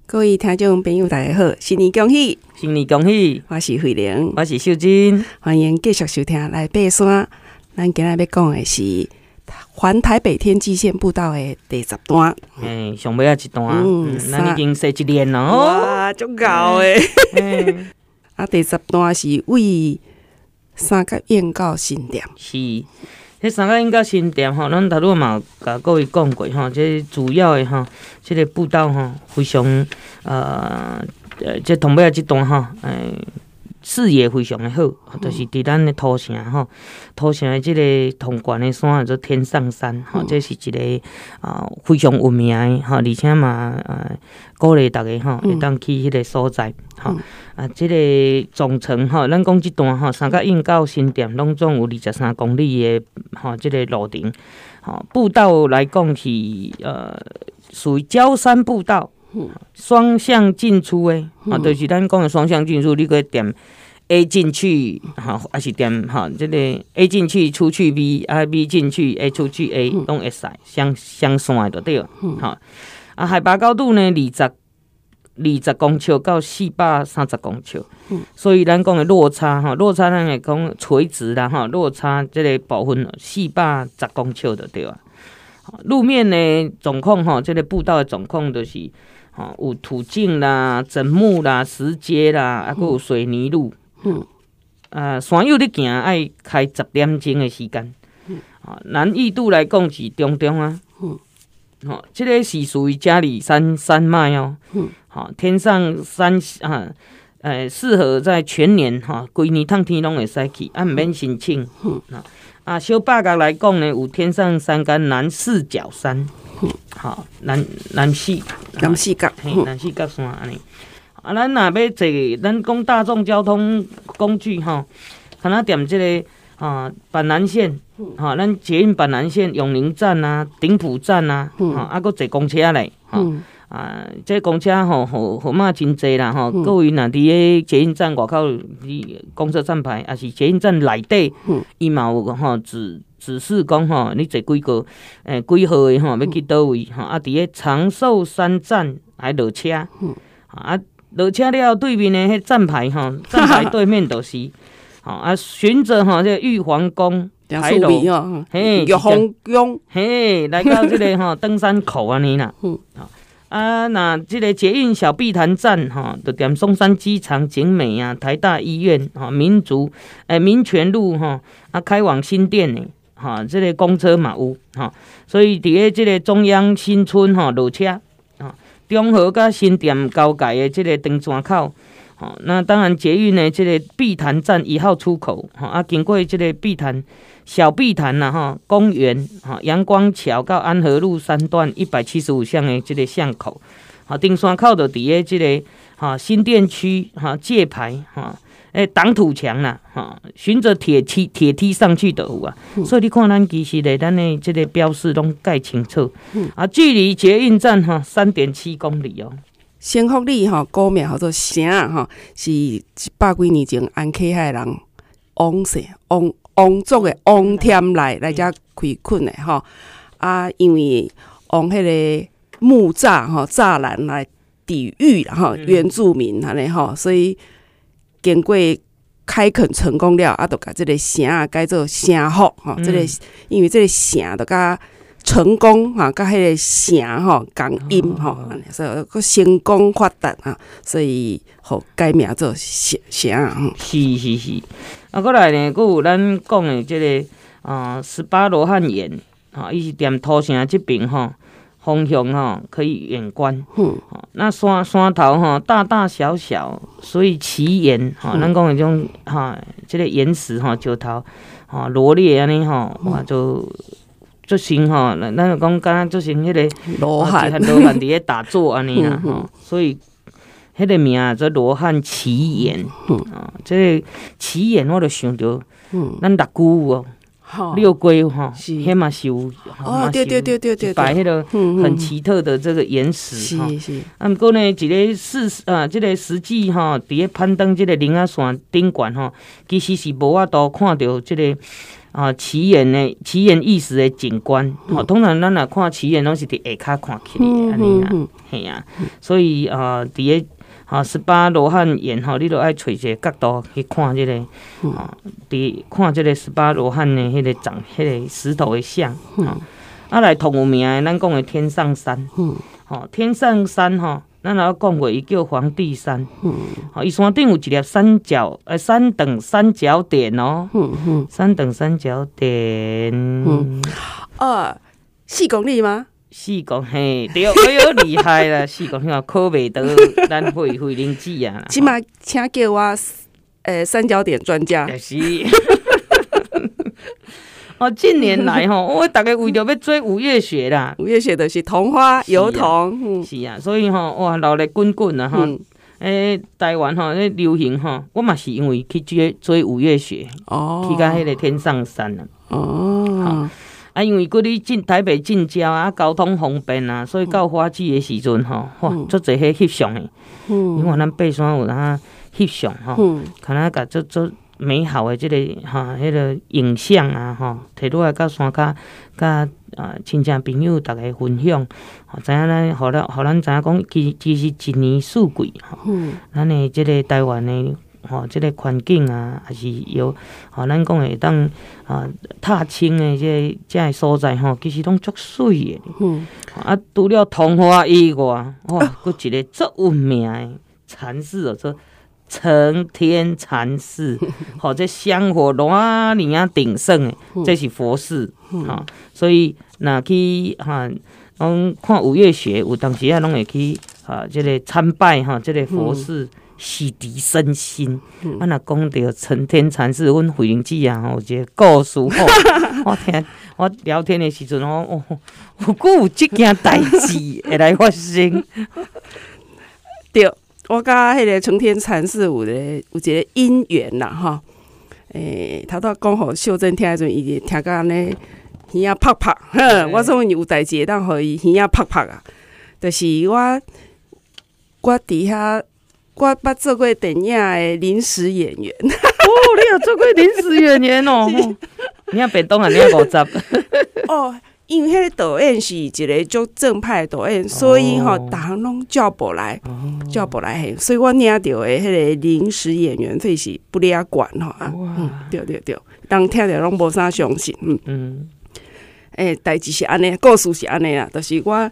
各位听众朋友，大家好，新年恭喜！ 新年恭喜！ 我是慧玲， 我是秀珍， 欢迎继续收听《来爬山》。咱今日要讲的是环台北天际线步道的第10段。 上尾一段，咱已经踅一年了哦。 哇，足够的！第10段是为三甲燕到新店。 是，迄三甲燕到新店吼，咱头拄嘛甲各位讲过吼，这主要的吼，这个步道吼非常这同尾这段吼，视野非常的好，就是伫咱的土城吼，土城的这个通关的山叫做天上山吼，这是一个非常有名的吼，而且嘛鼓励大家吼会当去迄个所在吼。这个总程吼，咱讲这段吼，三甲燕到新店拢总有23公里的吼，这个路程吼，步道来讲是属于焦山步道。双向进出的，就是咱讲的双向进出，你可以点 A 进去，还是点这个 A 进去出去 B，B 进去 A 出去 A， 拢会使相线就对了。海拔高度呢20公尺到430公尺，所以咱讲的落差咱会讲垂直啦落差这个部分410公尺就对了。路面呢总控这个步道的总控就是有土径啦、枕木啦、石阶啦，还有水泥路。山友你行爱开10点钟的时间。难易度来讲是中啊。这个是属于嘉里山脉哦。天上山适合在全年规年趟天拢会使去，唔免申请。小八角来讲呢，有天上山跟南四角山。南四角， 南四角山安尼。咱若要坐，咱讲大众交通工具敢若踮这个板南线，咱捷运板南线永宁站啊、顶埔站啊，搁坐公车嘞，这公车号码真济啦，各位若伫个捷运站外口，公车站牌，还是捷运站内底，伊嘛有指示讲你坐几个几号的要去倒位伫个长寿山站还落车，落车了对面的迄站牌站牌对面就是循着这个玉皇宫牌楼， 玉皇宫， 来到这个登山口安尼啦。那这个捷运小碧潭站就踮松山机场、景美啊、台大医院民权路开往新店的。这个公车嘛有，所以伫个这个中央新村落车，中和甲新店交界的这个登山口，那当然捷运的这个碧潭站1号出口，经过这个小碧潭公园，阳光桥到安和路3段175巷的这个巷口，登山口就伫个这个新店区界牌挡土墙啦，循着铁梯上去就有啊。所以你看，咱其实咱的这个标示拢介清楚。距离捷运站3.7公里哦。 新福里古名叫做城是100几年前安溪海人王族的王添来遮开垦的因为用迄个木栅栅栏来抵御原住民安尼所以。经过开垦成功了，就把这个城改做城福这个因为这个城就甲成功甲迄个城共音所以个成功发达所以改名做城。是。过来呢，佫有咱讲的这个18罗汉岩伊是踮土城这边方向可以远观，那山头大大小小，所以奇岩咱讲迄种这个岩石石头罗列安尼哇就行咱就讲敢若就行迄个罗汉伫咧打坐安尼啦所以迄个名做罗汉奇岩这个奇岩我就想到咱六姑六龟迄嘛是有对， 摆迄个很奇特的这个岩石不过呢，这个实际伫咧攀登这个灵仔山顶悬其实是无法度看到这个奇岩异石的景观，通常咱若看奇岩拢是伫下骹看起来安尼啦，嘿啊，所以伫个18罗汉岩你著爱找一个角度去看即个，伫看即个18罗汉的迄个石头的像，来同有名的咱讲的天上山，天上山咱也讲过，伊叫皇帝山。伊山顶有一粒三等三角点哦。三等三角点。 4公里吗 ？4公嘿，对，哎呦厉害啦！4公里考袂到咱慧玲姐啊。 起码请叫我三角点专家。 就是。近年来我大家为着要追五月雪啦， 五月雪就是桐花油桐， 是啊，所以哇，热力滚滚啊台湾流行我嘛是因为去追五月雪，去到迄个天上山啊。因为嗰啲台北近郊啊，交通方便啊，所以到花季的时阵哇，足侪迄翕相的，因为咱爬山有哪翕相可能甲做美好的这个迄个影像啊摕落来甲山脚甲亲戚朋友大家分享，知影咱互咱知影讲其实一年四季咱的这个台湾的这个环境啊，还是有咱讲会当踏青的这个所在其实拢足水的。除了桐花以外，佫一个足有名的禅寺做承天禅寺，这香火偌尼啊鼎盛的，这是佛寺所以若去拢看五月雪，有当时拢会去这个参拜这个佛寺。洗涤身心，若讲到承天禅寺，阮慧玲姐有一个故事我聊天的时阵有这件代志会来发生。 对，我甲迄个承天禅寺有一个因缘啦头拄讲互秀珍听的时阵，伊听到安尼耳仔拍拍，我总有代志会当互伊耳仔拍拍啊，就是我伫遐。我捌做过电影的临时演员。 你有做过临时演员哦？你便当啊，你50。 因为迄个导演是一个足正派的导演，所以逐项拢叫不来，所以我领到的迄个临时演员费是不哩管对，人听着拢无啥相信。代志是安尼，故事是安尼啦，就是我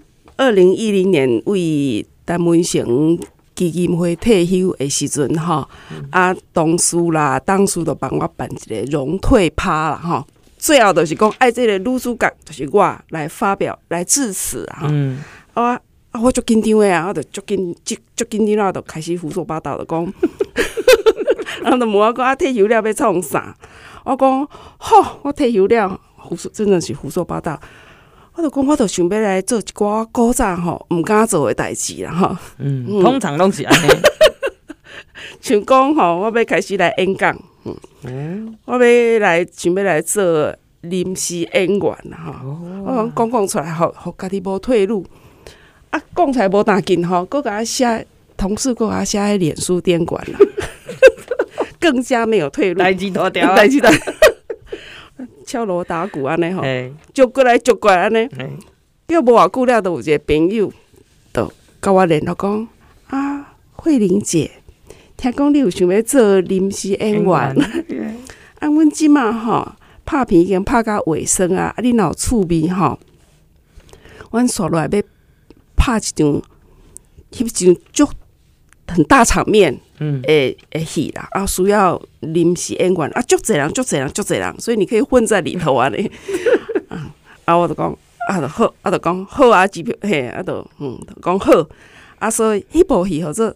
2010年为陈文成基金会退休的时阵董事啦、董事都帮我办一个荣退趴啦最后就是讲爱这个女主角就是我来发表来致辞我足紧张的我就足紧张我就开始胡说八道，就讲，然后就问我讲退休了要创啥？我讲我退休了，真的是胡说八道。我就讲，我就想要来做一寡古早毋敢做的代志啦通常拢是安尼。 像讲我要开始来演讲，我想要来做临时演员啦我讲出来，互家己无退路。讲出来无大紧佫甲我写同事，佫甲我写喺脸书电管啦，更加没有退路。 代志大条， 敲锣打鼓安尼捉过来安尼，叫无偌久了，就有一个朋友，就甲我联络讲慧玲姐，听讲你有想要做临时演员，阮即马拍片已经拍到尾声你若有趣味阮刷落来要拍一场足很大场面的戏啦，需要临时演员足侪人，所以你可以混在里头呢。我就讲就好，就讲好机票就讲好所以迄部戏叫做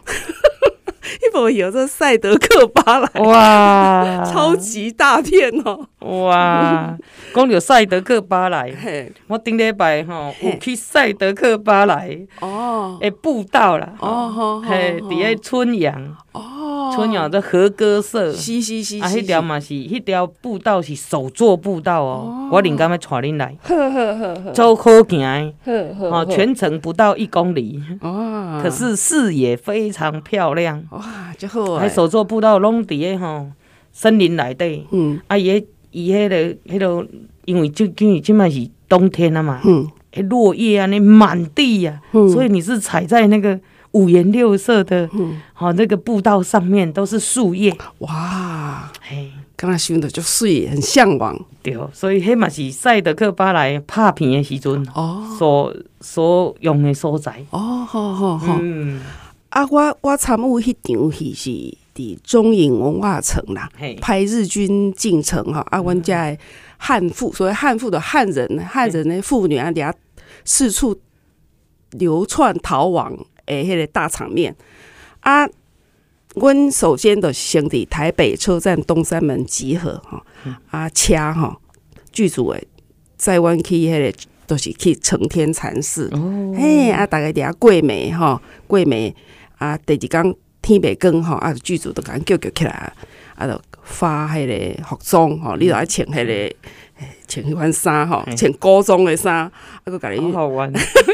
赛德克巴莱， 哇， 超级大片哇，讲到赛德克巴莱，我顶礼拜有去赛德克巴莱的步道啦，伫个春阳的和歌社， 是， 迄条嘛是迄条步道是手作步道我灵感要带恁来，走好行的，全程不到1公里，可是视野非常漂亮， 哇，就好手作步道拢伫个森林内底， 伊迄个，因为即摆是冬天啊嘛，落叶啊，那满地啊，所以你是踩在那个五颜六色的，那个步道上面都是树叶， 哇， 嘿， 刚才想到就水，很向往。 对，所以迄嘛是赛德克巴莱拍片的时阵所用的所在。 好。我参与迄场戏是伫中影文化城啦，拍日军进城阮遮的汉妇，所谓汉妇的汉人的妇女啊，伫遐四处流窜逃亡的迄个大场面啊。阮首先就先伫台北车站东山门集合车剧组的载阮去迄个都是去承天禅寺，大家伫遐过暝过暝啊，第二天天袂光剧组就甲咱叫起来，就发迄个服装你就爱穿迄个穿迄款衫穿古装的衫，佮甲你好玩。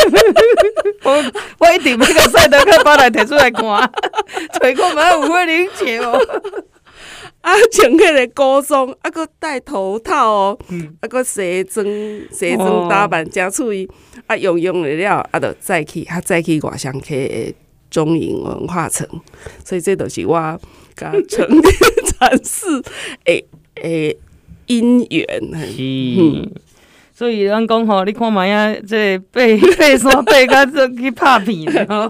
我一定要甲赛德克巴莱摕出来看，找看嘛有花能穿穿迄个古装，佮戴头套佮西装打扮真趣味，用了就再去外乡溪的中影文化城，所以这就是我甲承天禅寺的姻缘。 是。所以咱讲你看卖啊，这爬山爬到去拍片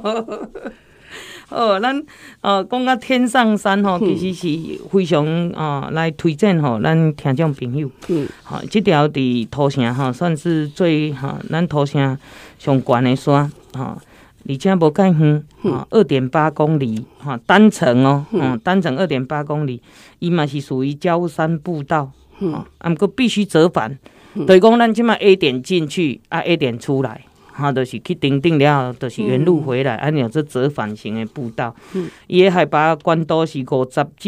咱讲到天上山其实是非常来推荐咱听众朋友。这条伫土城算是最咱土城上悬的山而且无介远，2.8公里单程单程2.8公里，伊嘛是属于郊山步道不过必须折返。就是讲，咱即马 A 点进去，A 点出来，就是去顶了，就是原路回来，有这折返型的步道。伊的海拔高度是50至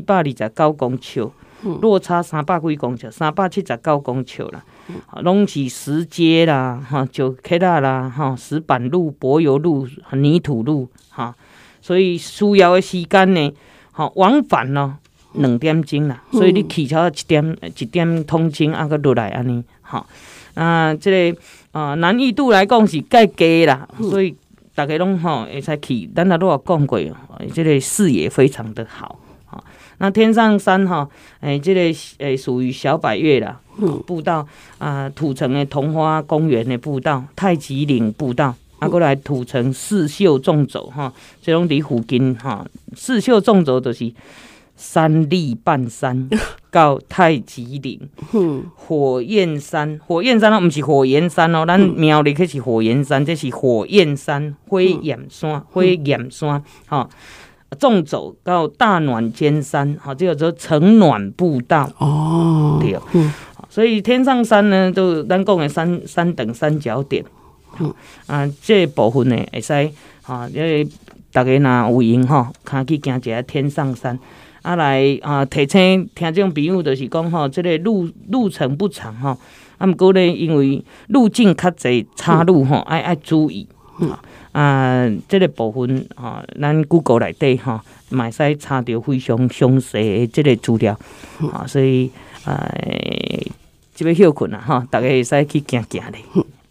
429公尺，落差300几公尺，379公尺啦。拢是石阶啦，石阶啦，石板路、柏油路、泥土路，所以需要的时间呢，往返呢。2点钟啦，所以你起超一点通钟佮落来安尼，这个难易度来讲是介低啦，所以大家拢会使去。咱若有讲过，这个视野非常的好。那天上山这个属于小百岳啦，步道土城的桐花公园的步道、太极岭步道，过来土城四秀纵走这拢伫附近四秀纵走就是三立半山到太极岭，火焰山不是火焰山咱苗栗可是火焰山，这是火焰山、火焰山，纵走到大暖尖山，这个叫城暖步道对，所以天上山呢，就咱讲的三等三角点，这部分呢会使因为大家若有闲看去行一下天上山。来提醒听众朋友，就是讲这个路程不长不过呢，因为路径较侪岔路爱注意这个部分咱 Google 内底嘛会使查到非常详细的这个资料所以这要休困大家会使去行咧。